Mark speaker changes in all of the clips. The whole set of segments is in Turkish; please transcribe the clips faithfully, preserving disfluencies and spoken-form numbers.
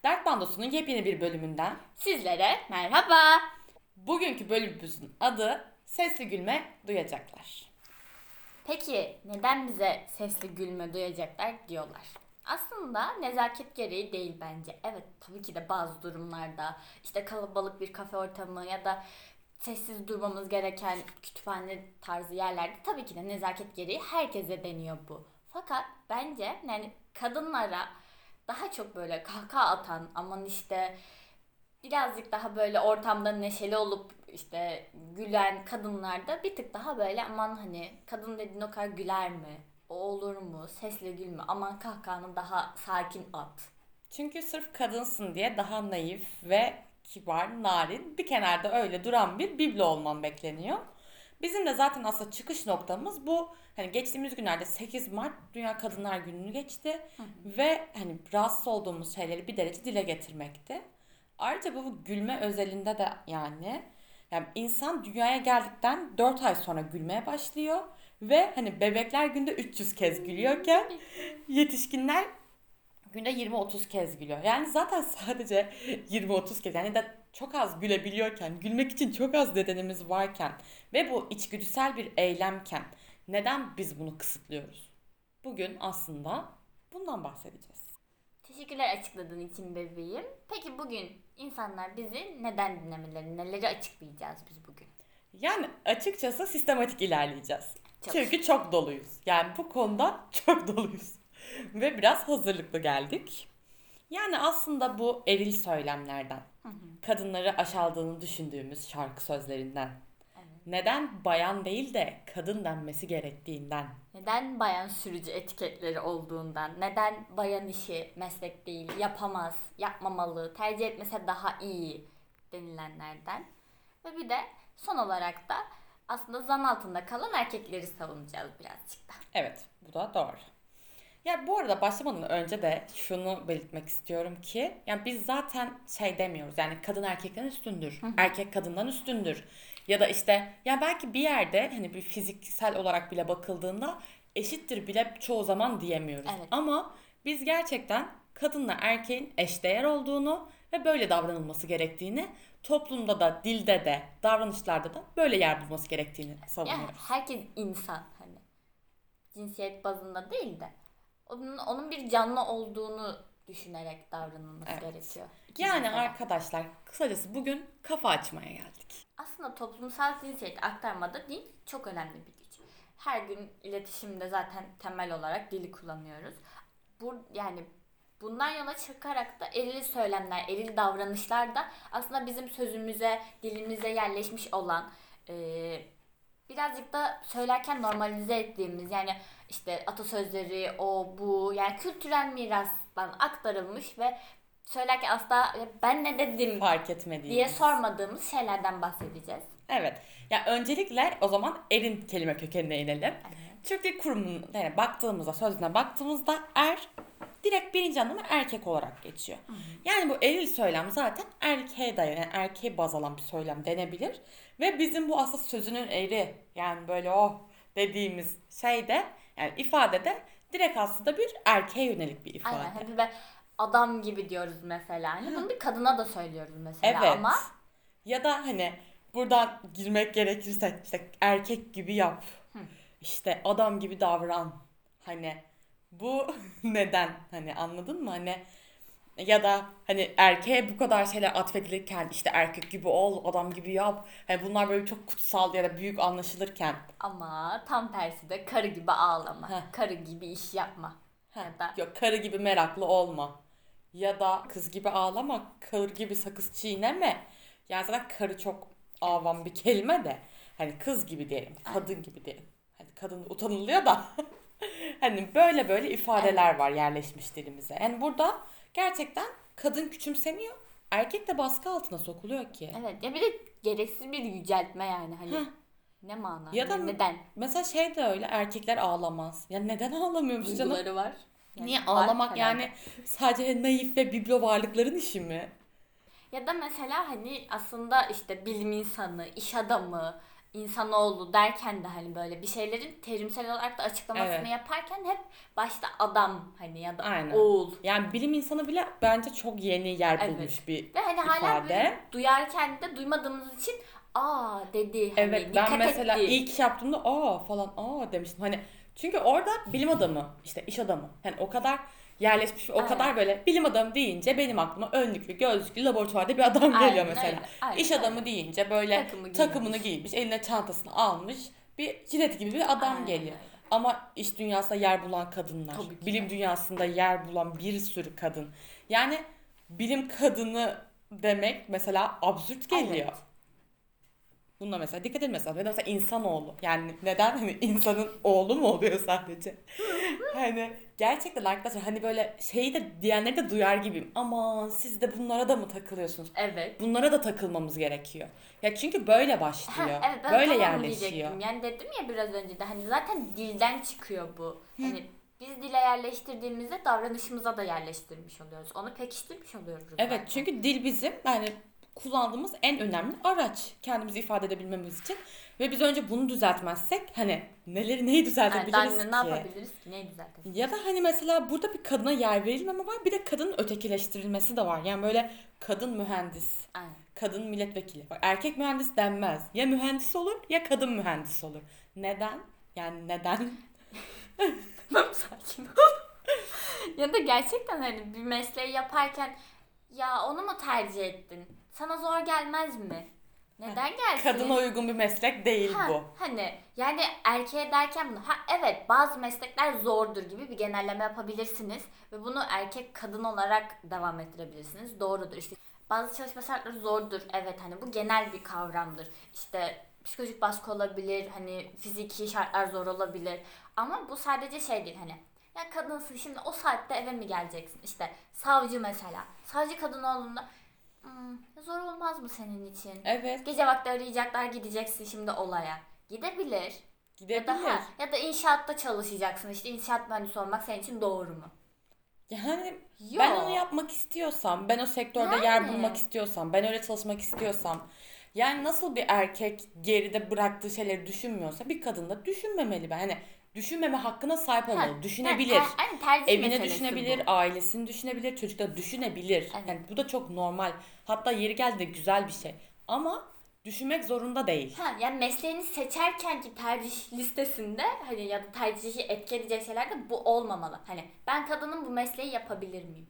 Speaker 1: Dert Bandosu'nun yepyeni bir bölümünden
Speaker 2: Sizlere merhaba.
Speaker 1: bugünkü bölümümüzün adı Sesli Gülme Duyacaklar.
Speaker 2: Peki neden bize sesli gülme duyacaklar diyorlar? Aslında nezaket gereği değil bence. Evet, tabii ki de bazı durumlarda işte kalabalık bir kafe ortamı ya da sessiz durmamız gereken kütüphane tarzı yerlerde tabii ki de nezaket gereği herkese deniyor bu. Fakat bence yani kadınlara daha çok böyle kahkaha atan, aman işte birazcık daha böyle ortamda neşeli olup işte gülen kadınlarda bir tık daha böyle aman hani kadın dediğin o kadar güler mi? O olur mu? Sesle gülme. Aman kahkahanı daha sakin at.
Speaker 1: Çünkü sırf kadınsın diye daha naif ve kibar, narin bir kenarda öyle duran bir biblo olman bekleniyor. Bizim de zaten aslında çıkış noktamız bu. Hani geçtiğimiz günlerde sekiz Mart Dünya Kadınlar Günü'nü geçti ve hani rahatsız olduğumuz şeyleri bir derece dile getirmekti. Ayrıca bu gülme özelinde de yani yani insan dünyaya geldikten dört ay sonra gülmeye başlıyor ve hani bebekler günde üç yüz kez gülüyorken yetişkinler günde yirmi otuz kez gülüyor. Yani zaten sadece yirmi otuz kez yani de çok az gülebiliyorken, gülmek için çok az nedenimiz varken ve bu içgüdüsel bir eylemken neden biz bunu kısıtlıyoruz? Bugün aslında bundan bahsedeceğiz.
Speaker 2: Teşekkürler açıkladığın için bebeğim. Peki bugün insanlar bizi neden dinlemelerini, neleri açıklayacağız biz bugün?
Speaker 1: Yani açıkçası sistematik ilerleyeceğiz.
Speaker 2: Çalış.
Speaker 1: Çünkü çok doluyuz. Yani bu konuda çok doluyuz. Ve biraz hazırlıklı geldik. Yani aslında bu eril söylemlerden,
Speaker 2: Hı hı.
Speaker 1: kadınları aşağıladığını düşündüğümüz şarkı sözlerinden,
Speaker 2: Evet.
Speaker 1: neden bayan değil de kadın denmesi gerektiğinden,
Speaker 2: Neden bayan sürücü etiketleri olduğundan, neden bayan işi meslek değil, yapamaz, yapmamalı, tercih etmese daha iyi denilenlerden. Ve bir de son olarak da aslında zan altında kalan erkekleri savunacağız birazcık da.
Speaker 1: evet bu da doğru. Ya bu arada başlamadan önce de şunu belirtmek istiyorum ki yani biz zaten şey demiyoruz yani kadın erkekten üstündür.
Speaker 2: Hı hı.
Speaker 1: Erkek kadından üstündür. Ya da işte ya belki bir yerde hani bir fiziksel olarak bile bakıldığında eşittir bile çoğu zaman diyemiyoruz.
Speaker 2: Evet.
Speaker 1: Ama biz gerçekten kadınla erkeğin eşdeğer olduğunu ve böyle davranılması gerektiğini toplumda da dilde de davranışlarda da böyle yer bulması gerektiğini
Speaker 2: Yani
Speaker 1: savunuyoruz.
Speaker 2: herkes insan hani cinsiyet bazında değil de onun, onun bir canlı olduğunu düşünerek davranılması
Speaker 1: Evet.
Speaker 2: gerekiyor. İki
Speaker 1: Yani
Speaker 2: cinse de.
Speaker 1: arkadaşlar kısacası bugün kafa açmaya geldik.
Speaker 2: Aslında toplumsal cinsiyet aktarmada dil çok önemli bir güç. Her gün iletişimde zaten temel olarak dili kullanıyoruz. Bu yani bundan yola çıkarak da eril söylemler, eril davranışlar da aslında bizim sözümüze, dilimize yerleşmiş olan eee, birazcık da söylerken normalize ettiğimiz yani işte atasözleri, o bu yani kültürel mirastan aktarılmış ve söylerken asla ben ne dedim
Speaker 1: Fark
Speaker 2: diye
Speaker 1: etmediğimiz.
Speaker 2: sormadığımız şeylerden bahsedeceğiz.
Speaker 1: Evet. Ya öncelikle o zaman erin kelime kökenine inelim.
Speaker 2: Evet.
Speaker 1: Türk Dil Kurumu'nun yani baktığımızda sözüne baktığımızda er direkt birinci anlamı erkek olarak geçiyor.
Speaker 2: Hı hı.
Speaker 1: Yani bu eril söylem zaten erkeğe dayanan, yani erkeğe baz alan bir söylem denebilir. Ve bizim bu aslında sözünün eri yani böyle oh dediğimiz şey de yani ifade de direkt aslında bir erkeğe yönelik bir ifade.
Speaker 2: Aynen. Hep böyle adam gibi diyoruz mesela. Hani bunu bir kadına da söylüyoruz mesela
Speaker 1: Evet.
Speaker 2: ama
Speaker 1: Ya da hani buradan girmek gerekirse işte erkek gibi yap.
Speaker 2: Hı.
Speaker 1: İşte adam gibi davran. Hani bu neden? Hani anladın mı? Hani ya da hani erkeğe bu kadar şeyler atfedilirken işte erkek gibi ol, adam gibi yap. Hani bunlar böyle çok kutsal ya da büyük anlaşılırken.
Speaker 2: ama tam tersi de karı gibi ağlama.
Speaker 1: Heh.
Speaker 2: Karı gibi iş yapma.
Speaker 1: Heh,
Speaker 2: Ya da
Speaker 1: yok karı gibi meraklı olma. Ya da kız gibi ağlama, kır gibi sakız çiğneme. Yani zaten karı çok avam bir kelime de. Hani kız gibi diyelim, kadın gibi diyelim. Hani kadın utanılıyor da. Hani böyle böyle ifadeler var yerleşmiş dilimize. Yani burada gerçekten kadın küçümseniyor. Erkek de baskı altına sokuluyor ki.
Speaker 2: evet ya bir de gereksiz bir yüceltme yani hani
Speaker 1: Heh.
Speaker 2: ne mana
Speaker 1: Ya da
Speaker 2: ne- neden
Speaker 1: mesela şey de öyle erkekler ağlamaz. Ya neden ağlamıyormuş canım?
Speaker 2: duyguları var. Yani
Speaker 1: Niye
Speaker 2: var
Speaker 1: ağlamak
Speaker 2: herhalde.
Speaker 1: yani sadece naif ve biblo varlıkların işi mi?
Speaker 2: Ya da mesela hani aslında işte bilim insanı, iş adamı, insanoğlu derken de hani böyle bir şeylerin terimsel olarak da açıklamasını
Speaker 1: Evet.
Speaker 2: yaparken hep başta adam hani ya da
Speaker 1: Aynen.
Speaker 2: oğul.
Speaker 1: Yani bilim insanı bile bence çok yeni yer
Speaker 2: Evet.
Speaker 1: bulmuş bir
Speaker 2: Ve hani hala böyle
Speaker 1: ifade.
Speaker 2: duyarken de duymadığımız için aa dedi hani
Speaker 1: Evet,
Speaker 2: dikkat
Speaker 1: ben mesela
Speaker 2: etti.
Speaker 1: ilk şey yaptığımda aa falan aa demiştim. Hani çünkü orada bilim adamı, işte iş adamı. Hani o kadar yerleşmiş ve o
Speaker 2: Aynen.
Speaker 1: kadar böyle bilim adamı deyince benim aklıma önlüklü, gözlüklü, laboratuvarda bir adam
Speaker 2: Aynen
Speaker 1: geliyor mesela.
Speaker 2: öyle, aynen
Speaker 1: İş adamı
Speaker 2: öyle.
Speaker 1: deyince böyle
Speaker 2: Takımı
Speaker 1: takımını
Speaker 2: giymiş.
Speaker 1: giymiş, eline çantasını almış bir jilet gibi bir adam
Speaker 2: Aynen
Speaker 1: geliyor.
Speaker 2: öyle.
Speaker 1: Ama iş dünyasında yer bulan kadınlar,
Speaker 2: Tabii ki
Speaker 1: bilim
Speaker 2: de.
Speaker 1: dünyasında yer bulan bir sürü kadın. Yani bilim kadını demek mesela absürt geliyor.
Speaker 2: Evet.
Speaker 1: Bununla mesela dikkat edin mesela. Mesela insanoğlu. Yani neden hani insanın oğlu mu oluyor sadece? Hani gerçekten arkadaşlar hani böyle şeyi de diyenleri de duyar gibiyim. Aman siz de bunlara da mı takılıyorsunuz?
Speaker 2: Evet.
Speaker 1: Bunlara da takılmamız gerekiyor. Ya çünkü böyle başlıyor.
Speaker 2: Ha, evet ben
Speaker 1: Böyle
Speaker 2: tam onu
Speaker 1: yerleşiyor.
Speaker 2: diyecektim. Yani dedim ya biraz önce de hani zaten dilden çıkıyor bu. Hani biz dile yerleştirdiğimizde davranışımıza da yerleştirmiş oluyoruz. Onu pekiştirmiş oluyoruz zaten.
Speaker 1: Evet, çünkü dil bizim yani kullandığımız en önemli araç kendimizi ifade edebilmemiz için ve biz önce bunu düzeltmezsek hani neleri neyi
Speaker 2: Yani
Speaker 1: düzeltebiliriz
Speaker 2: daha ne,
Speaker 1: ki?
Speaker 2: ne yapabiliriz ki? Neyi düzeltebiliriz?
Speaker 1: Ya da hani mesela burada bir kadına yer verilmeme var, bir de kadının ötekileştirilmesi de var. Yani böyle kadın mühendis,
Speaker 2: Aynen.
Speaker 1: kadın milletvekili. Bak, erkek mühendis denmez. Ya mühendis olur ya kadın mühendis olur. Neden? Yani neden?
Speaker 2: Tamam sakin ol. Ya da gerçekten hani bir mesleği yaparken ya onu mu tercih ettin? Sana zor gelmez mi? Neden gelsin?
Speaker 1: Kadına uygun bir meslek değil
Speaker 2: Ha,
Speaker 1: bu.
Speaker 2: hani yani erkeğe derken bunu ha evet bazı meslekler zordur gibi bir genelleme yapabilirsiniz ve bunu erkek kadın olarak devam ettirebilirsiniz. Doğrudur. İşte bazı çalışma şartları zordur. Evet hani bu genel bir kavramdır. İşte psikolojik baskı olabilir, hani fiziki şartlar zor olabilir. Ama bu sadece şey değil hani ya kadınsın şimdi o saatte eve mi geleceksin? İşte savcı mesela. Savcı kadın olduğunda "Hmm, zor olmaz mı senin için?
Speaker 1: Evet,
Speaker 2: Gece vakti arayacaklar gideceksin şimdi olaya. Gidebilir. Ya da
Speaker 1: gidebilir.
Speaker 2: ha, ya da inşaatta çalışacaksın. İşte inşaat mühendisi olmak senin için doğru mu?
Speaker 1: Yani
Speaker 2: Yok.
Speaker 1: ben onu yapmak istiyorsam, ben o sektörde yer
Speaker 2: Yani.
Speaker 1: bulmak istiyorsam, ben öyle çalışmak istiyorsam, yani nasıl bir erkek geride bıraktığı şeyleri düşünmüyorsa bir kadın da düşünmemeli. Ben hani düşünmeme hakkına sahip
Speaker 2: Ha,
Speaker 1: olmalı.
Speaker 2: yani
Speaker 1: Düşünebilir.
Speaker 2: ter, aynı tercih
Speaker 1: Evini
Speaker 2: meselesi
Speaker 1: düşünebilir,
Speaker 2: bu.
Speaker 1: ailesini düşünebilir, çocukları düşünebilir.
Speaker 2: Evet.
Speaker 1: Yani bu da çok normal. Hatta yeri geldiğinde güzel bir şey. Ama düşünmek zorunda değil.
Speaker 2: Ha, yani mesleğini seçerken ki tercih listesinde hani ya da tercihi etki edecek şeyler de bu olmamalı. Hani ben kadının bu mesleği yapabilir miyim?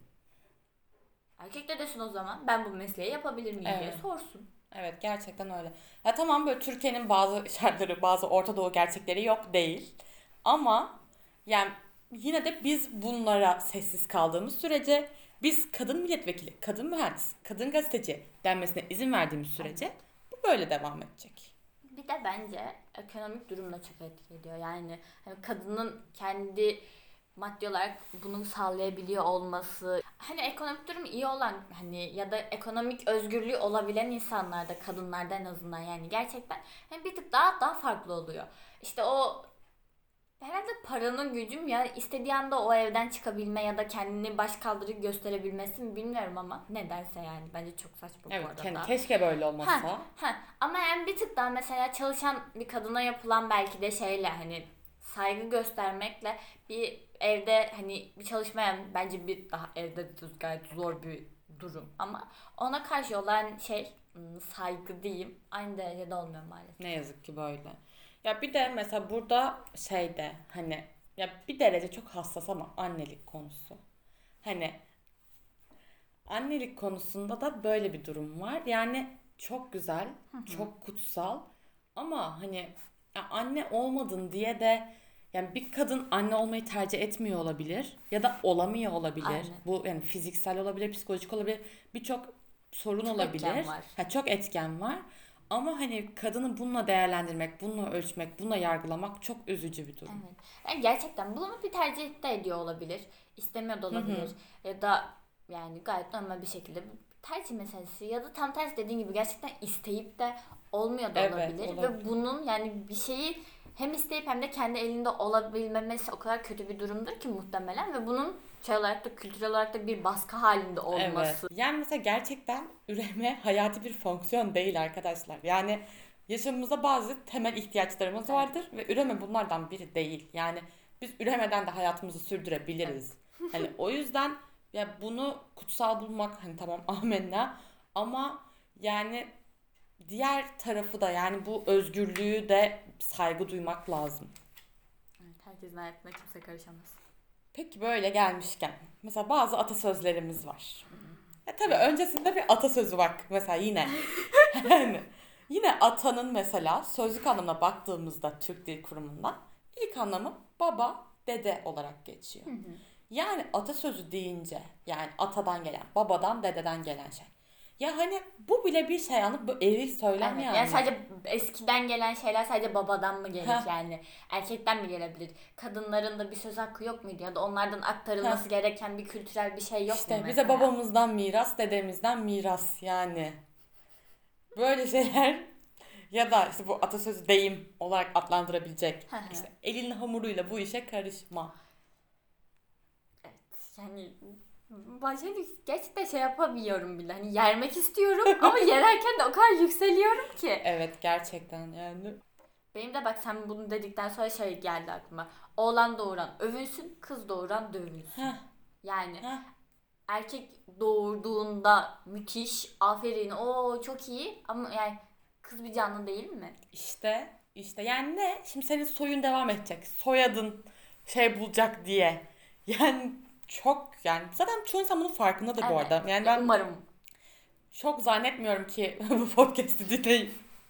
Speaker 2: Erkek de desin o zaman ben bu mesleği yapabilir miyim diye
Speaker 1: Evet.
Speaker 2: sorsun.
Speaker 1: Evet, gerçekten öyle. Ya tamam, böyle Türkiye'nin bazı şartları, bazı Orta Doğu gerçekleri yok değil. Ama yani yine de biz bunlara sessiz kaldığımız sürece, biz kadın milletvekili, kadın mühendis, kadın gazeteci denmesine izin verdiğimiz sürece bu böyle devam edecek.
Speaker 2: Bir de bence ekonomik durum da çok etki ediyor. Yani hani kadının kendi maddi olarak bunu sağlayabiliyor olması. Hani ekonomik durum iyi olan hani ya da ekonomik özgürlüğü olabilen insanlarda kadınlarda en azından yani gerçekten hani bir tık daha daha farklı oluyor. İşte o herhalde paranın gücüm ya istediği anda o evden çıkabilme ya da kendini baş kaldırıp gösterebilmesi mi bilmiyorum ama nedense yani bence çok saçma bu
Speaker 1: Evet,
Speaker 2: arada.
Speaker 1: ke- keşke böyle olmasa.
Speaker 2: Ha, ha. Ama yani bir tık daha mesela çalışan bir kadına yapılan belki de şeyle hani saygı göstermekle bir evde hani bir çalışmayan bence bir daha evde gayet zor bir durum ama ona karşı olan şey ım, saygı diyeyim aynı derecede olmuyor maalesef.
Speaker 1: Ne yazık ki böyle. Ya bir de mesela burada şeyde hani ya bir derece çok hassas ama annelik konusu. Hani annelik konusunda da böyle bir durum var. Yani çok güzel, çok kutsal ama hani ya anne olmadın diye de yani bir kadın anne olmayı tercih etmiyor olabilir ya da olamıyor olabilir.
Speaker 2: Aynen.
Speaker 1: Bu yani fiziksel olabilir, psikolojik olabilir. Birçok sorun
Speaker 2: Çok
Speaker 1: olabilir.
Speaker 2: etken var.
Speaker 1: Ha, çok etken var. Ama hani kadını bununla değerlendirmek, bununla ölçmek, bununla yargılamak çok üzücü bir durum.
Speaker 2: Evet. Yani gerçekten bunu bir tercih de ediyor olabilir. İstemiyor da olabilir. Ya da yani gayet normal bir şekilde bir tercih meselesi. Ya da tam tersi dediğin gibi gerçekten isteyip de olmuyor da
Speaker 1: Evet,
Speaker 2: olabilir.
Speaker 1: olabilir.
Speaker 2: Ve bunun yani bir şeyi hem isteyip hem de kendi elinde olabilmemesi o kadar kötü bir durumdur ki muhtemelen. Ve bunun şey olarak da kültürel olarak da bir baskı halinde olması.
Speaker 1: Evet. Yani mesela gerçekten üreme hayati bir fonksiyon değil arkadaşlar. Yani yaşamımızda bazı temel ihtiyaçlarımız
Speaker 2: Evet.
Speaker 1: vardır ve üreme bunlardan biri değil. Yani biz üremeden de hayatımızı sürdürebiliriz. Hani o yüzden ya bunu kutsal bulmak hani tamam amenna ama yani diğer tarafı da yani bu özgürlüğü de saygı duymak lazım.
Speaker 2: Evet, herkesin hayatına kimse karışamaz.
Speaker 1: Peki böyle gelmişken mesela bazı atasözlerimiz var. E tabii öncesinde bir atasözü bak mesela yine. Yani yine atanın mesela sözlük anlamına baktığımızda Türk Dil Kurumu'nda ilk anlamı baba, dede olarak geçiyor. Yani atasözü deyince yani atadan gelen, babadan, dededen gelen şey. Ya hani bu bile bir şey yani bu eril söylem
Speaker 2: Evet.
Speaker 1: yani.
Speaker 2: Yani sadece eskiden gelen şeyler sadece babadan mı gelir
Speaker 1: Heh.
Speaker 2: yani? Erkekten mi gelebilir? Kadınların da bir söz hakkı yok muydu? Ya da onlardan aktarılması
Speaker 1: Heh.
Speaker 2: gereken bir kültürel bir şey yok mu
Speaker 1: İşte
Speaker 2: mesela?
Speaker 1: bize babamızdan miras, dedemizden miras yani. Böyle şeyler ya da işte bu atasözü deyim olarak adlandırabilecek.
Speaker 2: Hı hı.
Speaker 1: İşte elin hamuruyla bu işe karışma.
Speaker 2: Yani başka gerçekten şey yapamıyorum bile. Hani yermek istiyorum ama yererken de o kadar yükseliyorum ki.
Speaker 1: Evet gerçekten yani.
Speaker 2: Benim de bak sen bunu dedikten sonra şey geldi aklıma. Oğlan doğuran övünsün, kız doğuran dövünsün.
Speaker 1: Heh,
Speaker 2: Yani
Speaker 1: heh.
Speaker 2: erkek doğurduğunda müthiş, aferin, o çok iyi ama yani kız bir canlı değil mi?
Speaker 1: İşte işte yani ne? Şimdi senin soyun devam edecek. Soyadın şey bulacak diye. Yani çok yani zaten çoğu insan bunun farkındadır bu
Speaker 2: Evet.
Speaker 1: arada. Yani ben
Speaker 2: Umarım.
Speaker 1: çok zannetmiyorum ki bu podcast'i dinleyip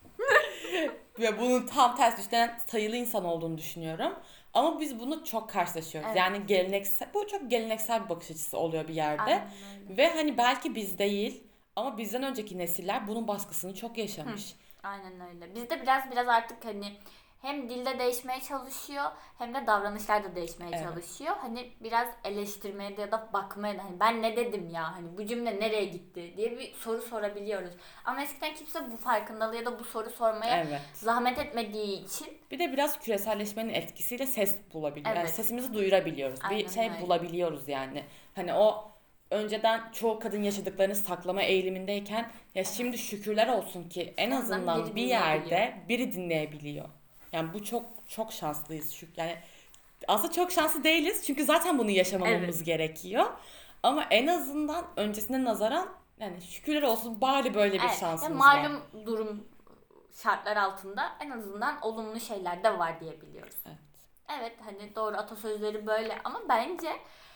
Speaker 1: ve bunun tam tersi düşünen sayılı insan olduğunu düşünüyorum. Ama biz bunu çok karşılaşıyoruz.
Speaker 2: Evet.
Speaker 1: Yani geleneksel, bu çok geleneksel bir bakış açısı oluyor bir yerde.
Speaker 2: Aynen öyle.
Speaker 1: Ve hani belki biz değil ama bizden önceki nesiller bunun baskısını çok yaşamış.
Speaker 2: Aynen öyle. Bizde biraz biraz artık hani hem dilde değişmeye çalışıyor hem de davranışlar da değişmeye
Speaker 1: Evet.
Speaker 2: çalışıyor. Hani biraz eleştirmeye de ya da bakmaya da hani ben ne dedim ya hani bu cümle nereye gitti diye bir soru sorabiliyoruz. Ama eskiden kimse bu farkındalığı ya da bu soru sormaya
Speaker 1: Evet.
Speaker 2: zahmet etmediği için
Speaker 1: Bir de biraz küreselleşmenin etkisiyle ses bulabiliyoruz. Yani
Speaker 2: Evet.
Speaker 1: sesimizi duyurabiliyoruz.
Speaker 2: Aynen
Speaker 1: bir şey
Speaker 2: öyle.
Speaker 1: bulabiliyoruz yani. Hani o önceden çoğu kadın yaşadıklarını saklama eğilimindeyken ya şimdi şükürler olsun ki en
Speaker 2: En azından
Speaker 1: azından
Speaker 2: biri
Speaker 1: bir yerde biri dinleyebiliyor. Yani bu çok çok şanslıyız şu yani aslında çok şanslı değiliz çünkü zaten bunu yaşamamamız
Speaker 2: Evet.
Speaker 1: gerekiyor. Ama en azından öncesine nazaran yani şükürler olsun bari böyle bir
Speaker 2: evet,
Speaker 1: şansımız
Speaker 2: yani
Speaker 1: var.
Speaker 2: malum durum şartlar altında en azından olumlu şeyler de var diyebiliyoruz.
Speaker 1: Evet.
Speaker 2: Evet hani doğru atasözleri böyle ama bence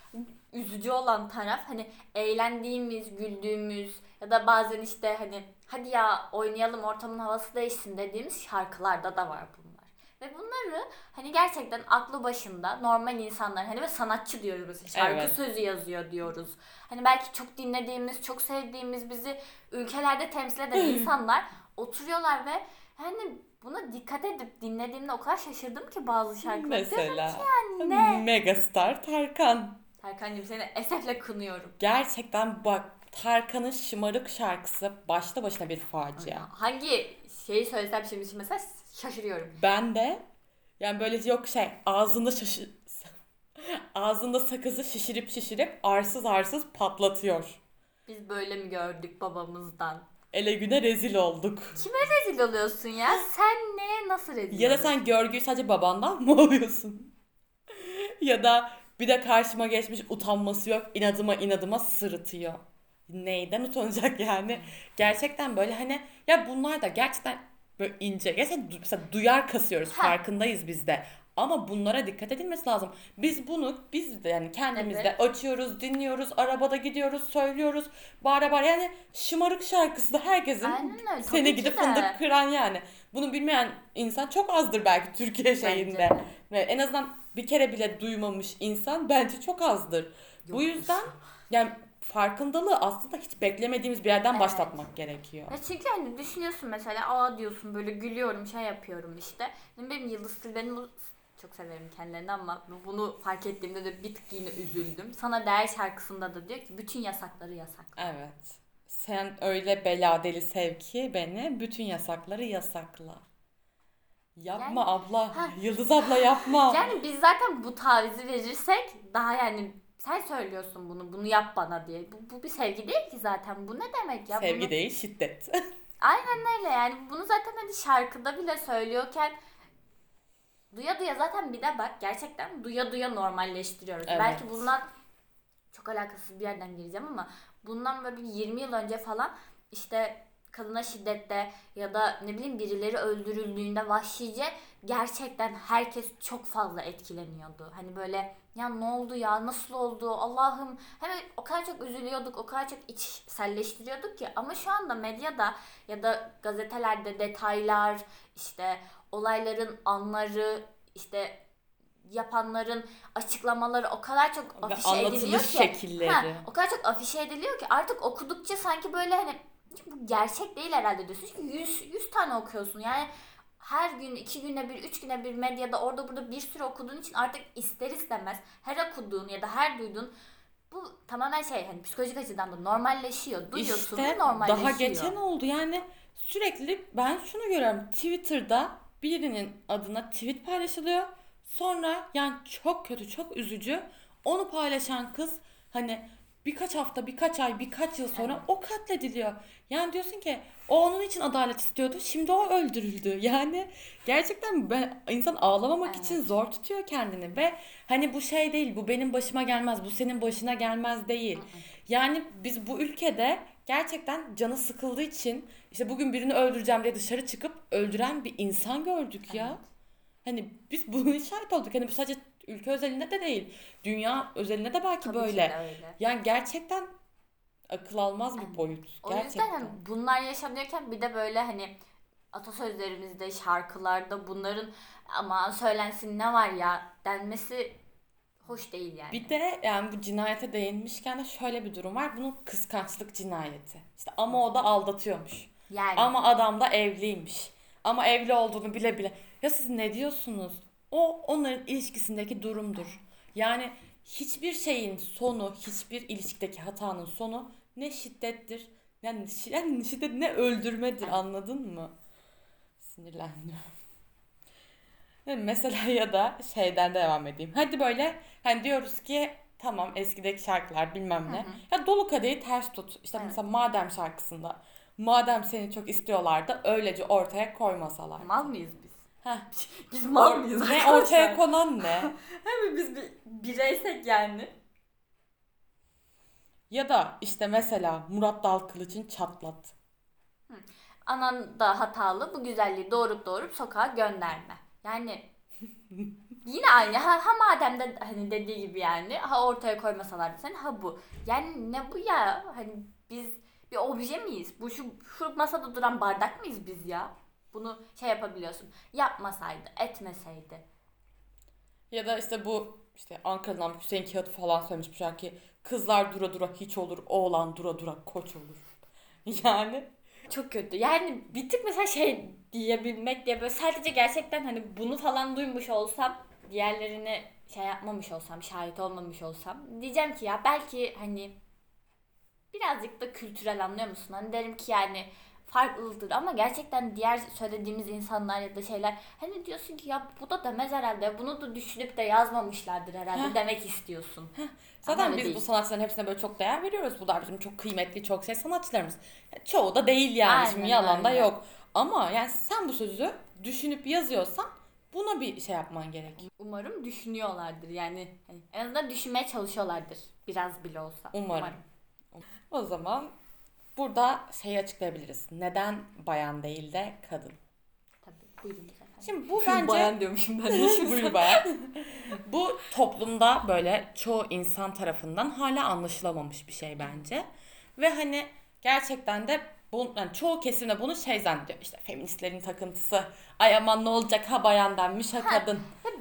Speaker 2: üzücü olan taraf hani eğlendiğimiz, güldüğümüz ya da bazen işte hani hadi ya oynayalım ortamın havası değişsin dediğimiz şarkılarda da var bunlar. Ve bunları hani gerçekten aklı başında normal insanlar hani ve sanatçı diyoruz. Şarkı
Speaker 1: Evet.
Speaker 2: sözü yazıyor diyoruz. Hani belki çok dinlediğimiz, çok sevdiğimiz bizi ülkelerde temsil eden insanlar oturuyorlar ve hani buna dikkat edip dinlediğimde o kadar şaşırdım ki bazı şarkıları.
Speaker 1: Mesela
Speaker 2: ne?
Speaker 1: Megastar Tarkan.
Speaker 2: Tarkan'cığım seni esefle kınıyorum.
Speaker 1: Gerçekten bak Tarkan'ın Şımarık şarkısı başta başına bir facia.
Speaker 2: Hangi şeyi söylesem şimdi, şimdi mesela şaşırıyorum.
Speaker 1: Ben de yani böyle yok şey ağzında şaşı ağzında sakızı şişirip şişirip arsız arsız patlatıyor.
Speaker 2: Biz böyle mi gördük babamızdan?
Speaker 1: Ele güne rezil olduk.
Speaker 2: Kime rezil oluyorsun ya? Sen neye nasıl rezil
Speaker 1: Ya da
Speaker 2: oluyorsun?
Speaker 1: sen görgüyü sadece babandan mı alıyorsun? Ya da bir de karşıma geçmiş utanması yok inadıma inadıma sırıtıyor. Neyden utanacak yani? Gerçekten böyle hani ya bunlar da gerçekten böyle ince. Gerçekten du- mesela duyar kasıyoruz
Speaker 2: Ha.
Speaker 1: farkındayız biz de. Ama bunlara dikkat edilmesi lazım. Biz bunu biz de yani kendimiz de
Speaker 2: Evet.
Speaker 1: açıyoruz, dinliyoruz, arabada gidiyoruz, söylüyoruz. Bağıra bağıra yani şımarık şarkısı da herkesin
Speaker 2: Aynen öyle,
Speaker 1: seni
Speaker 2: tabii
Speaker 1: gidip
Speaker 2: ki de.
Speaker 1: fındık kıran yani. Bunu bilmeyen insan çok azdır belki Türkiye şeyinde.
Speaker 2: de.
Speaker 1: Ve en azından bir kere bile duymamış insan bence çok azdır. Bu
Speaker 2: Yokmuş.
Speaker 1: yüzden yani farkındalığı aslında hiç beklemediğimiz bir yerden
Speaker 2: Evet.
Speaker 1: başlatmak gerekiyor.
Speaker 2: Ya çünkü hani düşünüyorsun mesela aa diyorsun böyle gülüyorum şey yapıyorum işte. Benim Yıldız Tilbe'nin bu çok severim kendilerini ama bunu fark ettiğimde de bir tık yine üzüldüm. Sana Değer şarkısında da diyor ki bütün yasakları yasakla.
Speaker 1: Evet. Sen öyle bela deli sev ki beni bütün yasakları yasakla. Yapma
Speaker 2: Yani-
Speaker 1: abla.
Speaker 2: Ha.
Speaker 1: Yıldız abla yapma.
Speaker 2: Yani biz zaten bu tavizi verirsek daha yani sen söylüyorsun bunu bunu yap bana diye. Bu, bu bir sevgi değil ki zaten. Bu ne demek ya?
Speaker 1: Sevgi
Speaker 2: Bunu-
Speaker 1: değil şiddet.
Speaker 2: Aynen öyle yani bunu zaten hani şarkıda bile söylüyorken duya duya zaten bir de bak gerçekten duya duya normalleştiriyoruz.
Speaker 1: Evet.
Speaker 2: Belki bundan çok alakasız bir yerden gireceğim ama bundan böyle bir yirmi yıl önce falan işte kadına şiddette ya da ne bileyim birileri öldürüldüğünde vahşice gerçekten herkes çok fazla etkileniyordu. Hani böyle ya ne oldu ya nasıl oldu Allah'ım hemen o kadar çok üzülüyorduk o kadar çok içselleştiriyorduk ki ama şu anda medyada ya da gazetelerde detaylar işte olayların anları işte yapanların açıklamaları o kadar çok
Speaker 1: Ve
Speaker 2: afişe ediliyor
Speaker 1: anlatılış
Speaker 2: ki.
Speaker 1: şekilleri.
Speaker 2: Ha, o kadar çok afişe ediliyor ki artık okudukça sanki böyle hani bu gerçek değil herhalde diyorsun. Çünkü yüz, yüz tane okuyorsun. Yani her gün, iki güne bir, üç güne bir medyada orada burada bir sürü okuduğun için artık ister istemez her okuduğun ya da her duyduğun bu tamamen şey hani psikolojik açıdan da normalleşiyor. Duyuyorsun
Speaker 1: İşte
Speaker 2: normalleşiyor.
Speaker 1: daha geçen oldu yani sürekli ben şunu görüyorum Twitter'da birinin adına tweet paylaşılıyor. Sonra yani çok kötü çok üzücü onu paylaşan kız hani birkaç hafta birkaç ay birkaç yıl sonra
Speaker 2: Evet.
Speaker 1: o katlediliyor. Yani diyorsun ki o onun için adalet istiyordu şimdi o öldürüldü. Yani gerçekten ben, insan ağlamamak
Speaker 2: Evet.
Speaker 1: için zor tutuyor kendini ve hani bu şey değil bu benim başıma gelmez bu senin başına gelmez değil. Yani biz bu ülkede gerçekten canı sıkıldığı için işte bugün birini öldüreceğim diye dışarı çıkıp öldüren bir insan gördük ya.
Speaker 2: Evet.
Speaker 1: Hani biz buna şahit olduk. Hani bu sadece ülke özelinde de değil. Dünya özelinde de belki
Speaker 2: Tabii ki
Speaker 1: böyle.
Speaker 2: de öyle.
Speaker 1: Yani gerçekten akıl almaz bir
Speaker 2: Evet.
Speaker 1: boyut.
Speaker 2: O yüzden
Speaker 1: Gerçekten.
Speaker 2: hani bunlar yaşanıyorken bir de böyle hani atasözlerimizde, şarkılarda bunların aman söylensin ne var ya denmesi hoş değil yani.
Speaker 1: Bir de yani bu cinayete değinmişken de şöyle bir durum var. Bunun kıskançlık cinayeti. İşte ama o da aldatıyormuş.
Speaker 2: Yani
Speaker 1: Ama adam da evliymiş. Ama evli olduğunu bile bile. Ya siz ne diyorsunuz? O onların ilişkisindeki durumdur. Yani hiçbir şeyin sonu, hiçbir ilişkideki hatanın sonu ne şiddettir, yani, şi- yani şiddet ne öldürmedir anladın mı? Sinirlendim. Yani mesela ya da şeyden devam edeyim. Hadi böyle hani diyoruz ki tamam eskideki şarkılar bilmem
Speaker 2: hı
Speaker 1: ne.
Speaker 2: hı.
Speaker 1: Ya dolu kadehi ters tut. İşte
Speaker 2: Evet.
Speaker 1: mesela Madem şarkısında madem seni çok istiyorlardı öylece ortaya koymasalar.
Speaker 2: Mal mıyız biz?
Speaker 1: Heh.
Speaker 2: Biz mal
Speaker 1: Or-
Speaker 2: mıyız
Speaker 1: ne
Speaker 2: arkadaşlar?
Speaker 1: ortaya konan ne?
Speaker 2: Hem biz bir bireysek yani.
Speaker 1: Ya da işte mesela Murat Dalkılıç'ın Çatlat.
Speaker 2: Anan da hatalı bu güzelliği doğurup doğurup sokağa gönderme. Yani yine aynı ha, ha madem de hani dediği gibi yani ha ortaya koymasalardı seni ha bu. Yani ne bu ya? Hani biz bir obje miyiz? Bu şu, şu masada duran bardak mıyız biz ya? Bunu şey yapabiliyorsun. Yapmasaydı, etmeseydi.
Speaker 1: Ya da işte bu işte Ankara'dan Hüseyin Kağıt falan söylemiş bu şarkı. Kızlar dura dura hiç olur, oğlan dura dura koç olur. Yani
Speaker 2: Çok kötü. Yani bir tık mesela şey diyebilmek diye böyle sadece gerçekten hani bunu falan duymuş olsam diğerlerini şey yapmamış olsam, şahit olmamış olsam diyeceğim ki ya belki hani birazcık da kültürel anlıyor musun? Hani derim ki yani farklıdır ama gerçekten diğer söylediğimiz insanlar ya da şeyler hani diyorsun ki ya bu da demez herhalde. Bunu da düşünüp de yazmamışlardır herhalde
Speaker 1: Heh.
Speaker 2: demek istiyorsun.
Speaker 1: zaten
Speaker 2: Ama öyle
Speaker 1: biz
Speaker 2: değil.
Speaker 1: bu sanatçıların hepsine böyle çok değer veriyoruz. Bunlar bizim çok kıymetli, çok şey sanatçılarımız. Ya çoğu da değil yani.
Speaker 2: Aynen
Speaker 1: Şimdi yalan da
Speaker 2: öyle.
Speaker 1: yok. Ama yani sen bu sözü düşünüp yazıyorsan buna bir şey yapman gerek.
Speaker 2: Umarım düşünüyorlardır yani hani en azından düşünmeye çalışıyorlardır biraz bile olsa.
Speaker 1: Umarım. O zaman burada şeyi açıklayabiliriz. Neden bayan değil de kadın?
Speaker 2: Tabii buyurunuz efendim.
Speaker 1: Şimdi bu
Speaker 2: Şu
Speaker 1: bence
Speaker 2: bayan diyormuşum ben de şimdi.
Speaker 1: Buyur bayan. Bu toplumda böyle çoğu insan tarafından hala anlaşılamamış bir şey bence. Ve hani gerçekten de bu, yani çoğu kesimde bunu şey zannediyor. İşte feministlerin takıntısı. Ay aman ne olacak ha bayan denmiş ha kadın.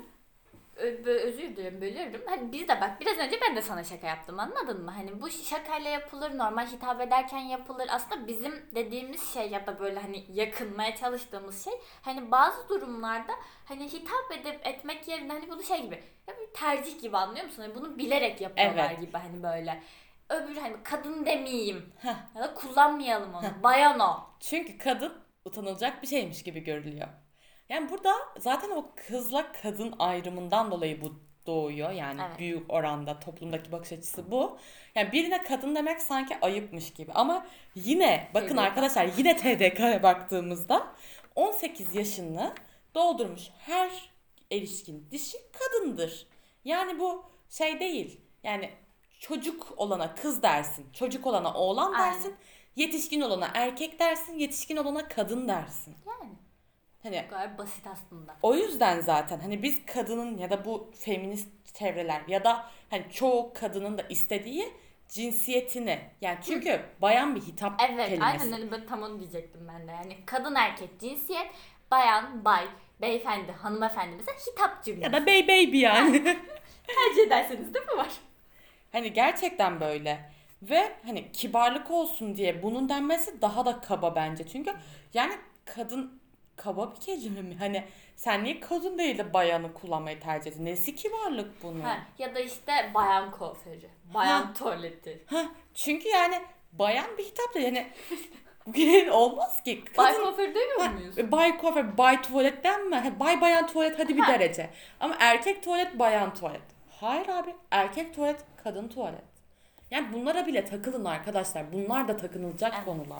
Speaker 2: Ö- bö- özür dilerim bölüyorum. Hani biz de bak biraz önce ben de sana şaka yaptım anladın mı? Hani bu şakayla yapılır, normal hitap ederken yapılır. Aslında bizim dediğimiz şey ya da böyle hani yakınmaya çalıştığımız şey hani bazı durumlarda hani hitap edip etmek yerine hani bunu şey gibi ya bir tercih gibi anlıyor musun? Hani bunu bilerek yapıyorlar
Speaker 1: Evet.
Speaker 2: gibi hani böyle. Öbür hani kadın demeyeyim
Speaker 1: Heh.
Speaker 2: ya da kullanmayalım onu. Bayan o.
Speaker 1: Çünkü kadın utanılacak bir şeymiş gibi görülüyor. Yani burada zaten o kızla kadın ayrımından dolayı bu doğuyor. Yani
Speaker 2: Evet.
Speaker 1: büyük oranda toplumdaki bakış açısı bu. Yani birine kadın demek sanki ayıpmış gibi. Ama yine bakın
Speaker 2: T D K.
Speaker 1: arkadaşlar yine T D K'ya baktığımızda on sekiz yaşını doldurmuş her erişkin dişi kadındır. Yani bu şey değil. Yani çocuk olana kız dersin, çocuk olana oğlan
Speaker 2: Aynen.
Speaker 1: dersin, yetişkin olana erkek dersin, yetişkin olana kadın dersin.
Speaker 2: Yani
Speaker 1: Hani
Speaker 2: bu kadar basit aslında.
Speaker 1: o yüzden zaten hani biz kadının ya da bu feminist çevreler ya da hani çoğu kadının da istediği cinsiyetini, yani çünkü bayan bir hitap
Speaker 2: Evet,
Speaker 1: kelimesi.
Speaker 2: aynen öyle, ben tam onu diyecektim ben de. Yani kadın erkek cinsiyet, bayan, bay, beyefendi, hanımefendi mesela hitap cümlesi.
Speaker 1: Ya da bey baby yani.
Speaker 2: Tercih ederseniz de bu var.
Speaker 1: Hani gerçekten böyle. Ve hani kibarlık olsun diye bunun denmesi daha da kaba bence. Çünkü yani kadın kaba bir kelime mi? Hani sen niye kadın değil de bayanı kullanmayı tercih ediyorsun? Nesi kibarlık bunun?
Speaker 2: Ha, ya da işte bayan kuaförü, bayan
Speaker 1: Ha.
Speaker 2: tuvaleti.
Speaker 1: Ha, çünkü yani bayan bir hitap da yani yani olmaz ki.
Speaker 2: Bay
Speaker 1: Kadın,
Speaker 2: kuaförü demiyor
Speaker 1: ha,
Speaker 2: muyuz?
Speaker 1: bay kuaför, bay tuvalet denme. Ha, bay bayan tuvalet hadi bir
Speaker 2: Ha.
Speaker 1: derece. Ama erkek tuvalet, bayan tuvalet. Hayır abi, erkek tuvalet, kadın tuvalet. Yani bunlara bile takılın arkadaşlar. Bunlar da takınılacak
Speaker 2: Evet.
Speaker 1: konular.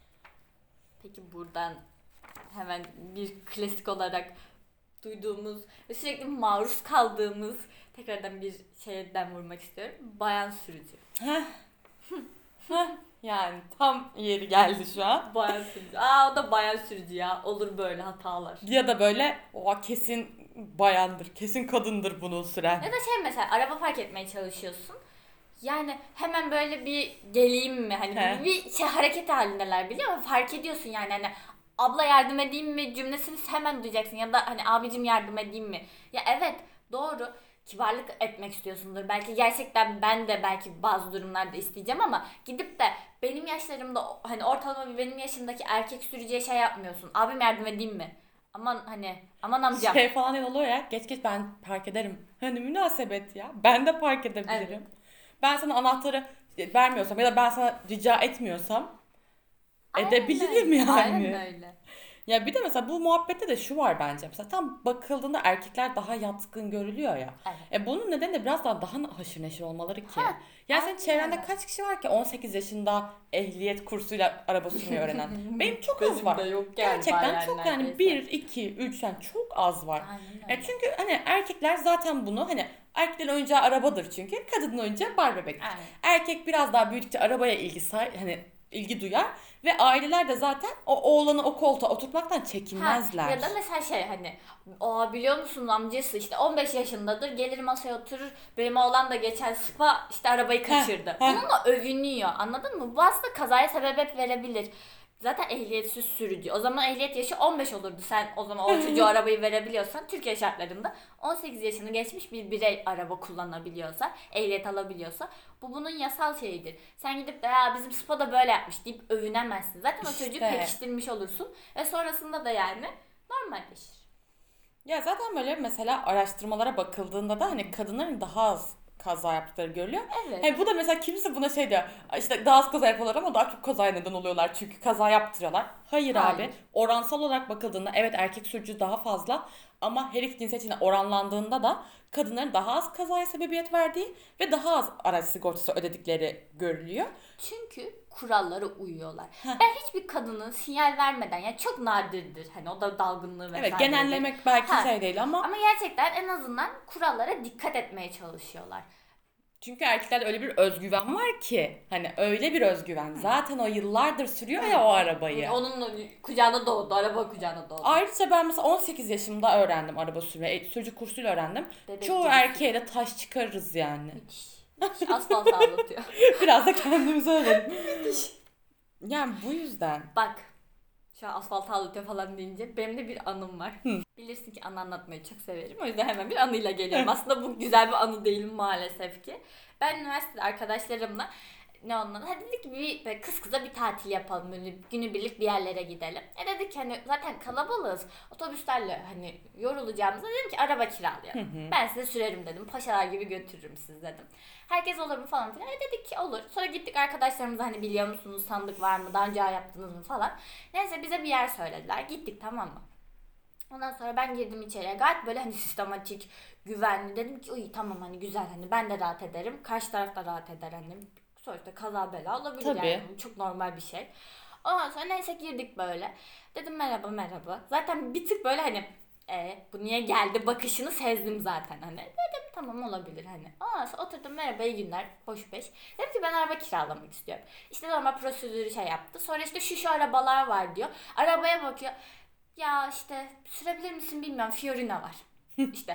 Speaker 2: Peki buradan hemen bir klasik olarak duyduğumuz ve sürekli maruz kaldığımız tekrardan bir şeyden vurmak istiyorum. Bayan sürücü.
Speaker 1: Heh. Heh. Yani tam yeri geldi şu an.
Speaker 2: Bayan sürücü. Aa, o da bayan sürücü ya. Olur böyle hatalar.
Speaker 1: Ya da böyle o kesin bayandır, kesin kadındır bunu süren.
Speaker 2: Ya da şey, mesela araba park etmeye çalışıyorsun. Yani hemen böyle bir geleyim mi? Hani
Speaker 1: He.
Speaker 2: bir şey hareket halindeler, biliyor musun? Fark ediyorsun yani, hani abla yardım edeyim mi cümlesini hemen duyacaksın. Ya da hani abicim yardım edeyim mi? Ya evet, doğru. Kibarlık etmek istiyorsundur. Belki gerçekten ben de belki bazı durumlarda isteyeceğim ama gidip de benim yaşlarımda, hani ortalama bir benim yaşımdaki erkek sürücüye şey yapmıyorsun. Abim yardım edeyim mi? Aman hani, aman amcam.
Speaker 1: Şey falan oluyor ya, geç geç ben park ederim. Hani münasebet ya. Ben de park edebilirim.
Speaker 2: Evet.
Speaker 1: Ben sana anahtarı vermiyorsam ya da ben sana rica etmiyorsam
Speaker 2: Aynen
Speaker 1: edebilirim
Speaker 2: öyle.
Speaker 1: yani.
Speaker 2: Aynen öyle.
Speaker 1: Ya bir de mesela bu muhabbette de şu var bence. Mesela tam bakıldığında erkekler daha yatkın görülüyor ya.
Speaker 2: Evet.
Speaker 1: E bunun nedeni de biraz daha daha haşır neşir olmaları ki.
Speaker 2: Ha,
Speaker 1: yani senin
Speaker 2: aynen
Speaker 1: çevrende
Speaker 2: öyle.
Speaker 1: kaç kişi var ki on sekiz yaşında ehliyet kursuyla araba sürmeyi öğrenen? Benim çok az
Speaker 2: Benim
Speaker 1: var.
Speaker 2: de yok
Speaker 1: Gerçekten
Speaker 2: galiba
Speaker 1: çok
Speaker 2: yani
Speaker 1: yani
Speaker 2: neredeyse.
Speaker 1: bir, iki, üç yani çok az var.
Speaker 2: Aynen
Speaker 1: E
Speaker 2: öyle.
Speaker 1: çünkü hani erkekler zaten bunu hani erkeklerin oyuncağı arabadır çünkü, kadının oyuncağı bar bebektir.
Speaker 2: Aynen.
Speaker 1: Erkek biraz daha büyüdükçe arabaya ilgi say hani ilgi duyar ve aileler de zaten o oğlanı o koltuğa oturtmaktan çekinmezler.
Speaker 2: Ha, ya da mesela şey, hani o biliyor musun amcası işte on beş yaşındadır, gelir masaya oturur, benim oğlan da geçen spa işte arabayı kaçırdı.
Speaker 1: Heh, heh.
Speaker 2: Onunla övünüyor, anladın mı? Bu aslında kazaya sebebiyet verebilir. Zaten ehliyetsiz sürücü. O zaman ehliyet yaşı on beş olurdu. Sen o zaman o çocuğa arabayı verebiliyorsan, Türkiye şartlarında on sekiz yaşını geçmiş bir birey araba kullanabiliyorsa, ehliyet alabiliyorsa, bu bunun yasal şeyidir. Sen gidip de ya bizim spa da böyle yapmış deyip övünemezsin. Zaten o çocuğu
Speaker 1: İşte.
Speaker 2: pekiştirmiş olursun ve sonrasında da yani normalleşir.
Speaker 1: Ya zaten böyle mesela araştırmalara bakıldığında da hani kadınların daha az kaza yaptıkları görülüyor.
Speaker 2: Evet.
Speaker 1: Hani bu da mesela kimse buna şey diyor. İşte daha az kaza yapıyorlar ama daha çok kazaya neden oluyorlar. Çünkü kaza yaptırıyorlar. Hayır,
Speaker 2: Hayır.
Speaker 1: abi. Oransal olarak bakıldığında evet erkek sürücü daha fazla ama her iki cinsiyet içinde oranlandığında da kadınların daha az kazaya sebebiyet verdiği ve daha az araç sigortası ödedikleri görülüyor.
Speaker 2: Çünkü kurallara uyuyorlar.
Speaker 1: Heh.
Speaker 2: Ben hiçbir kadının sinyal vermeden, yani çok nadirdir hani o da dalgınlığı vesaire.
Speaker 1: Evet, genellemek belki
Speaker 2: Ha.
Speaker 1: şey değil ama
Speaker 2: Ama gerçekten en azından kurallara dikkat etmeye çalışıyorlar.
Speaker 1: çünkü erkeklerde öyle bir özgüven var ki hani öyle bir özgüven zaten o yıllardır sürüyor ya o arabayı.
Speaker 2: Yani onun kucağına doğdu, araba kucağına doğdu.
Speaker 1: Ayrıca ben mesela on sekiz yaşımda öğrendim araba sürmeyi. Sürücü kursuyla öğrendim.
Speaker 2: Bebek
Speaker 1: Çoğu
Speaker 2: gibisin.
Speaker 1: erkeğe de taş çıkarırız yani.
Speaker 2: Müthiş. Müthiş. Asfalt ağlatıyor.
Speaker 1: Biraz da kendimize öğrenelim. Yani bu yüzden.
Speaker 2: Bak. Şu an asfalt ağlatıyor falan deyince benim de bir anım var.
Speaker 1: Hı.
Speaker 2: Bilirsin ki anı anlatmayı çok severim. O yüzden hemen bir anıyla geliyorum. Aslında bu güzel bir anı değil maalesef ki. Ben üniversitede arkadaşlarımla ne onunla hadi dedik ki bir böyle kız kıza bir tatil yapalım, böyle günübirlik bir yerlere gidelim. E dedik hani zaten kalabalığız, otobüslerle hani yorulacağımıza dedim ki araba kiralayalım. Ben size sürerim dedim, paşalar gibi götürürüm siz dedim. Herkes olur mu falan filan. E dedik ki olur. Sonra gittik arkadaşlarımıza hani biliyor musunuz sandık var mı, daha önce yaptınız mı falan. Neyse bize bir yer söylediler, gittik tamam mı? Ondan sonra ben girdim içeriye. Gayet böyle hani sistematik, güvenli. Dedim ki uy tamam hani güzel hani ben de rahat ederim. Karşı taraf da rahat eder hani. Sonuçta kaza bela olabilir
Speaker 1: Tabii.
Speaker 2: yani. Çok normal bir şey. Ondan sonra neyse girdik böyle. Dedim merhaba merhaba. Zaten bir tık böyle hani e, bu niye geldi bakışını sezdim zaten hani. Dedim tamam olabilir hani. Ondan sonra oturdum merhaba iyi günler. Hoş beş. Dedim ki ben araba kiralamak istiyorum. İşte normal prosedürü şey yaptı. Sonra işte şu şu arabalar var diyor. Arabaya bakıyor. Ya işte sürebilir misin bilmiyorum Fiorina var. İşte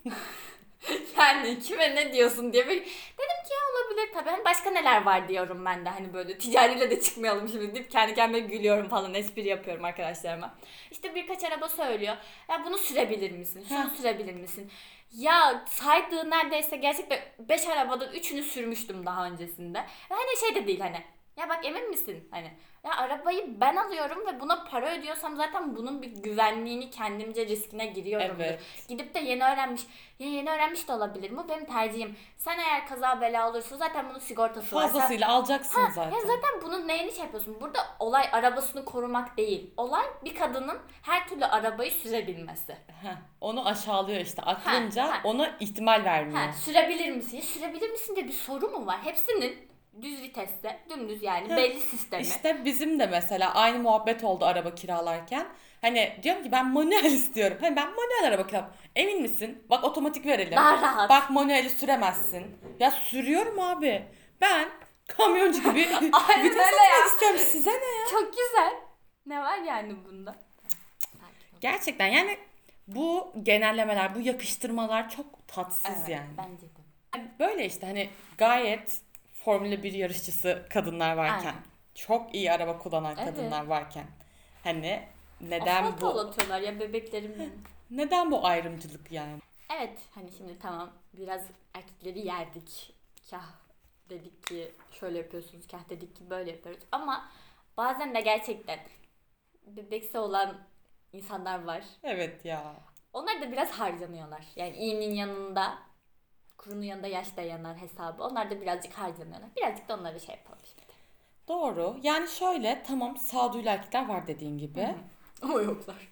Speaker 2: yani kime ne diyorsun diye bir dedim ki ya olabilir tabii. Hani başka neler var diyorum ben de hani böyle ticariyle de çıkmayalım şimdi deyip kendi kendime gülüyorum falan espri yapıyorum arkadaşlarıma. İşte birkaç araba söylüyor. Ya bunu sürebilir misin? Şunu sürebilir misin? Ya saydığı neredeyse gerçekten beş arabadan üçünü sürmüştüm daha öncesinde. Ve hani şey de değil hani ya bak emin misin? Hani ya arabayı ben alıyorum ve buna para ödüyorsam zaten bunun bir güvenliğini kendimce riskine giriyorumdur.
Speaker 1: Evet.
Speaker 2: Gidip de yeni öğrenmiş. Ya yeni öğrenmiş de olabilir mi? Benim tercihim. Sen eğer kaza bela olursa zaten bunun sigortası var. Sen-
Speaker 1: Fazlasıyla alacaksın
Speaker 2: Ha,
Speaker 1: zaten.
Speaker 2: ya zaten bunun neyini şey yapıyorsun? Burada olay arabasını korumak değil. Olay bir kadının her türlü arabayı sürebilmesi.
Speaker 1: Heh, onu aşağılıyor işte. Aklınca
Speaker 2: ha.
Speaker 1: ona ihtimal vermiyor.
Speaker 2: Ha, sürebilir misin? Ya sürebilir misin diye bir soru mu var? Hepsinin düz viteste, dümdüz yani
Speaker 1: Heh,
Speaker 2: belli sistemi.
Speaker 1: İşte bizim de mesela aynı muhabbet oldu araba kiralarken. Hani diyorum ki ben manuel istiyorum. Hani ben manuel araba kiralıyorum. Emin misin? Bak otomatik verelim.
Speaker 2: Daha rahat.
Speaker 1: Bak manueli süremezsin. Ya sürüyorum abi. Ben kamyoncu gibi
Speaker 2: Aynen
Speaker 1: vites
Speaker 2: öyle ya.
Speaker 1: atmak istiyorum. Size ne ya?
Speaker 2: Çok güzel. Ne var yani bunda?
Speaker 1: Gerçekten yani bu genellemeler, bu yakıştırmalar çok tatsız
Speaker 2: Evet,
Speaker 1: yani.
Speaker 2: bence de.
Speaker 1: Yani böyle işte hani gayet Formula bir yarışçısı kadınlar varken,
Speaker 2: Aynen.
Speaker 1: çok iyi araba kullanan
Speaker 2: Evet.
Speaker 1: kadınlar varken hani neden
Speaker 2: Asfalt
Speaker 1: bu
Speaker 2: olatıyorlar ya bebeklerim benim.
Speaker 1: neden bu ayrımcılık yani?
Speaker 2: Evet hani şimdi tamam biraz erkekleri yerdik. Kah dedik ki şöyle yapıyorsunuz, kah dedik ki böyle yapıyoruz. Ama bazen de gerçekten bebeksi olan insanlar var.
Speaker 1: Evet ya.
Speaker 2: Onlar da biraz harcanıyorlar. Yani iyinin yanında, kurunun yanında yaş da yanar hesabı. Onlar da birazcık harcanıyorlar. Birazcık da onları şey yapalım şimdi.
Speaker 1: Doğru. Yani şöyle tamam sağduyulu erkekler var dediğin gibi.
Speaker 2: Ama yoklar.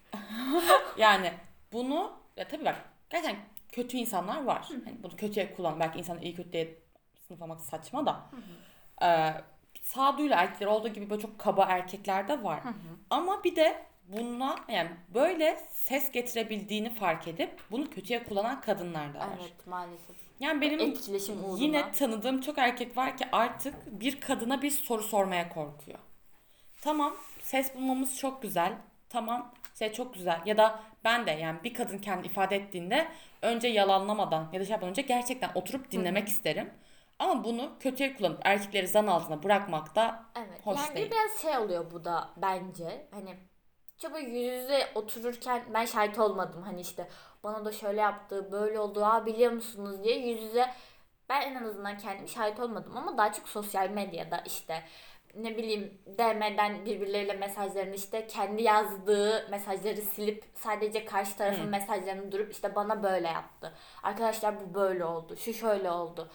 Speaker 1: Yani bunu ya tabii bak gerçekten kötü insanlar var. Hani bunu kötüye kullan. Belki insanı iyi kötü diye sınıflamak saçma da. Ee, sağduyulu erkekler olduğu gibi böyle çok kaba erkekler de var. Ama bir de bununla yani böyle ses getirebildiğini fark edip bunu kötüye kullanan kadınlar da var.
Speaker 2: Evet maalesef.
Speaker 1: Yani benim
Speaker 2: Etkileşim uğruna.
Speaker 1: yine tanıdığım çok erkek var ki artık bir kadına bir soru sormaya korkuyor. Tamam ses bulmamız çok güzel. Tamam şey çok güzel. Ya da ben de yani bir kadın kendi ifade ettiğinde önce yalanlamadan ya da şey yapmadan önce gerçekten oturup dinlemek
Speaker 2: Hı-hı.
Speaker 1: isterim. Ama bunu kötüye kullanıp erkekleri zan altına bırakmak da
Speaker 2: Evet.
Speaker 1: hoş
Speaker 2: yani
Speaker 1: değil.
Speaker 2: biraz şey oluyor bu da bence. Hani çok yüz yüze otururken ben şahit olmadım. Hani işte bana da şöyle yaptı, böyle oldu, ha biliyor musunuz diye yüz yüze ben en azından kendim şahit olmadım ama daha çok sosyal medyada işte ne bileyim D M'den birbirleriyle mesajlarını işte kendi yazdığı mesajları silip sadece karşı tarafın
Speaker 1: Hı.
Speaker 2: mesajlarını durup işte bana böyle yaptı. Arkadaşlar bu böyle oldu, şu şöyle oldu.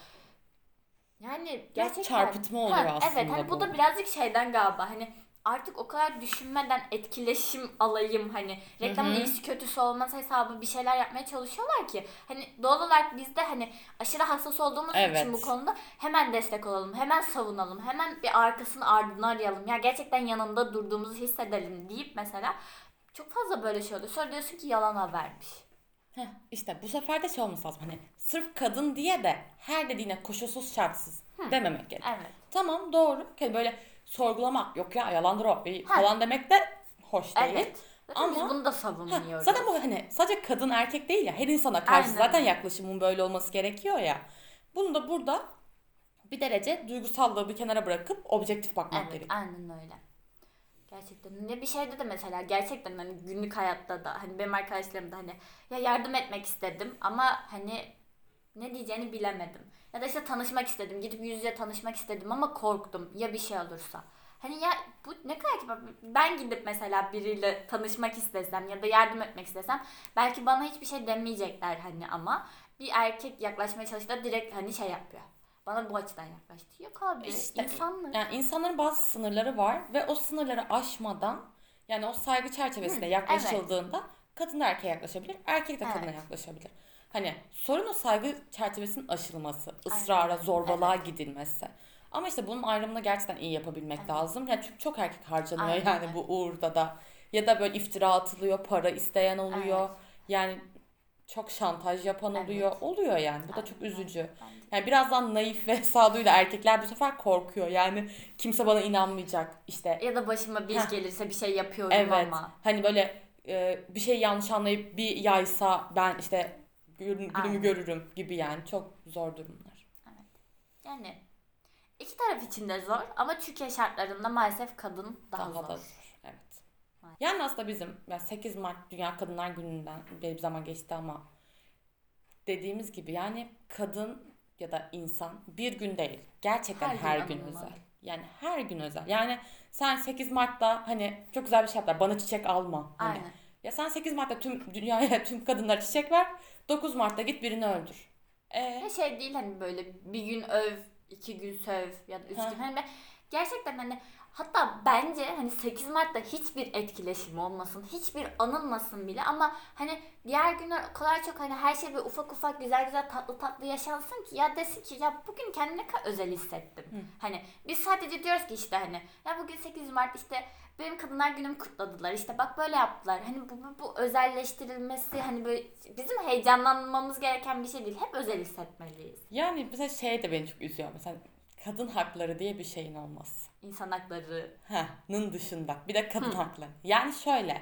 Speaker 2: Yani
Speaker 1: Biraz
Speaker 2: gerçekten
Speaker 1: çarpıtma oluyor
Speaker 2: ha,
Speaker 1: aslında
Speaker 2: evet hani bu
Speaker 1: bu.
Speaker 2: da birazcık şeyden galiba hani artık o kadar düşünmeden etkileşim alayım hani reklamın
Speaker 1: Hı hı.
Speaker 2: iyisi kötüsü olmaz hesabı bir şeyler yapmaya çalışıyorlar ki hani doğal olarak biz de hani aşırı hassas olduğumuz
Speaker 1: Evet.
Speaker 2: için bu konuda hemen destek olalım, hemen savunalım, hemen bir arkasını ardını arayalım ya gerçekten yanında durduğumuzu hissedelim deyip mesela çok fazla böyle şey oluyor. Sonra diyorsun ki yalan habermiş.
Speaker 1: Heh, işte bu sefer de şey olması lazım. Hani sırf kadın diye de her dediğine koşulsuz şartsız dememek gerek.
Speaker 2: Evet.
Speaker 1: Tamam doğru. Hani böyle sorgulamak yok ya yalandır o bir
Speaker 2: Ha.
Speaker 1: falan demek de hoş değil.
Speaker 2: Evet. Zaten
Speaker 1: Ama
Speaker 2: biz bunu da
Speaker 1: ha,
Speaker 2: savunuyoruz.
Speaker 1: zaten bu hani sadece kadın erkek değil ya her insana karşı
Speaker 2: Aynen.
Speaker 1: zaten yaklaşımın böyle olması gerekiyor ya. Bunu da burada bir derece duygusallığı bir kenara bırakıp objektif bakmak
Speaker 2: Evet,
Speaker 1: gerekiyor.
Speaker 2: aynen öyle. Gerçekten. Ne bir şeyde de mesela gerçekten hani günlük hayatta da hani benim arkadaşlarım da hani ya yardım etmek istedim ama hani ne diyeceğini bilemedim. Ya da işte tanışmak istedim. Gidip yüz yüze tanışmak istedim ama korktum. Ya bir şey olursa. Hani ya bu ne kadar ki ben gidip mesela biriyle tanışmak istesem ya da yardım etmek istesem belki bana hiçbir şey demeyecekler hani ama bir erkek yaklaşmaya çalıştığında direkt hani şey yapıyor. Bana bu açıdan yaklaştı. Yok abi
Speaker 1: İşte
Speaker 2: insanlık.
Speaker 1: yani insanların bazı sınırları var ve o sınırları aşmadan yani o saygı çerçevesinde
Speaker 2: Hı,
Speaker 1: yaklaşıldığında Kadın da erkeğe yaklaşabilir, erkek de kadına
Speaker 2: Evet.
Speaker 1: yaklaşabilir. Hani sorun o saygı çerçevesinin aşılması, ısrara,
Speaker 2: Aynen.
Speaker 1: zorbalığa
Speaker 2: Evet.
Speaker 1: gidilmesi. Ama işte bunun ayrımını gerçekten iyi yapabilmek
Speaker 2: Evet.
Speaker 1: lazım. Yani çünkü çok erkek harcanıyor
Speaker 2: Aynen
Speaker 1: yani
Speaker 2: öyle.
Speaker 1: bu uğurda da. Ya da böyle iftira atılıyor, para isteyen
Speaker 2: Evet.
Speaker 1: oluyor. Yani çok şantaj yapan oluyor.
Speaker 2: Evet.
Speaker 1: Oluyor yani. Bu da çok
Speaker 2: Aynen öyle.
Speaker 1: üzücü.
Speaker 2: Bence de.
Speaker 1: Yani birazdan naif ve sağduyulu erkekler bu sefer korkuyor. Yani kimse bana inanmayacak. İşte
Speaker 2: Ya da başıma bir iş
Speaker 1: heh,
Speaker 2: gelirse bir şey yapıyorum
Speaker 1: evet.
Speaker 2: ama.
Speaker 1: Hani böyle e, bir şey yanlış anlayıp bir yaysa ben işte gün- günümü
Speaker 2: Aynen.
Speaker 1: görürüm gibi yani. Çok zor durumlar.
Speaker 2: Evet. Yani iki taraf için de zor ama Türkiye şartlarında maalesef kadın daha
Speaker 1: Daha da
Speaker 2: zor.
Speaker 1: zor. Evet.
Speaker 2: Maalesef.
Speaker 1: Yani aslında bizim yani sekiz Mart Dünya Kadınlar Günü'nden bir zaman geçti ama dediğimiz gibi yani kadın ya da insan bir gün değil. Gerçekten
Speaker 2: Her gün
Speaker 1: her gün
Speaker 2: anılmalı.
Speaker 1: özel. Yani her gün özel. Yani sen sekiz Mart'ta hani çok güzel bir şey yaptılar. Bana çiçek alma. Hani
Speaker 2: Aynen.
Speaker 1: ya sen sekiz Mart'ta tüm dünyaya tüm kadınlara çiçek ver. dokuz Mart'ta git birini öldür.
Speaker 2: Ya
Speaker 1: E
Speaker 2: şey değil hani böyle bir gün öv, iki gün söv ya da üç
Speaker 1: ha
Speaker 2: gün. Hani ben gerçekten hani hatta bence hani sekiz Mart'ta hiçbir etkileşim olmasın, hiçbir anılmasın bile ama hani diğer günler o kadar çok hani her şey böyle ufak ufak güzel güzel tatlı tatlı yaşansın ki ya desin ki ya bugün kendimi ne kadar özel hissettim.
Speaker 1: hı.
Speaker 2: Hani biz sadece diyoruz ki işte hani ya bugün sekiz Mart işte benim kadınlar günümü kutladılar işte bak böyle yaptılar. Hani bu, bu, bu özelleştirilmesi hani böyle bizim heyecanlanmamız gereken bir şey değil. Hep özel hissetmeliyiz.
Speaker 1: Yani mesela şey de beni çok üzüyor. Mesela kadın hakları diye bir şeyin olması.
Speaker 2: İnsan hakları.
Speaker 1: Ha'nın dışında. Bir de kadın
Speaker 2: Hı.
Speaker 1: hakları. Yani şöyle.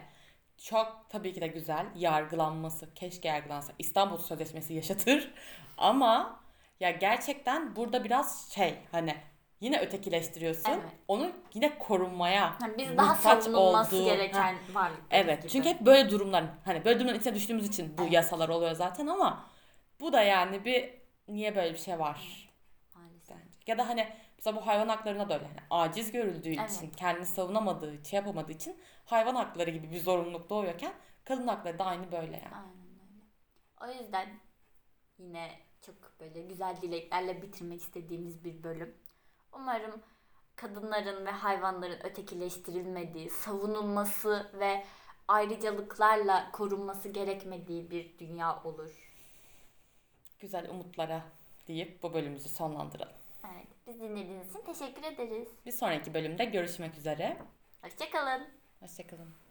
Speaker 1: Çok tabii ki de güzel yargılanması. Keşke yargılansa. İstanbul Sözleşmesi yaşatır. Ama ya gerçekten burada biraz şey hani yine ötekileştiriyorsun.
Speaker 2: Evet.
Speaker 1: Onu yine korunmaya
Speaker 2: Yani biz daha
Speaker 1: muhtaç
Speaker 2: savunulması
Speaker 1: olduğu. Heh,
Speaker 2: gereken varlıklarız
Speaker 1: evet.
Speaker 2: gibi.
Speaker 1: Çünkü hep böyle durumlar hani böyle durumların içine düştüğümüz için bu
Speaker 2: Evet.
Speaker 1: yasalar oluyor zaten ama bu da yani bir niye böyle bir şey
Speaker 2: Evet.
Speaker 1: var
Speaker 2: Maalesef.
Speaker 1: bence. Ya da hani mesela bu hayvan haklarına da öyle. Yani aciz görüldüğü
Speaker 2: Evet.
Speaker 1: için, kendini savunamadığı, şey yapamadığı için hayvan hakları gibi bir zorunluluk doğuyorken kadın hakları da aynı böyle yani.
Speaker 2: Aynen öyle. O yüzden yine çok böyle güzel dileklerle bitirmek istediğimiz bir bölüm. Umarım kadınların ve hayvanların ötekileştirilmediği, savunulması ve ayrıcalıklarla korunması gerekmediği bir dünya olur.
Speaker 1: Güzel umutlara deyip bu bölümümüzü sonlandıralım.
Speaker 2: Evet, biz dinlediğiniz için teşekkür ederiz.
Speaker 1: Bir sonraki bölümde görüşmek üzere.
Speaker 2: Hoşçakalın.
Speaker 1: Hoşçakalın.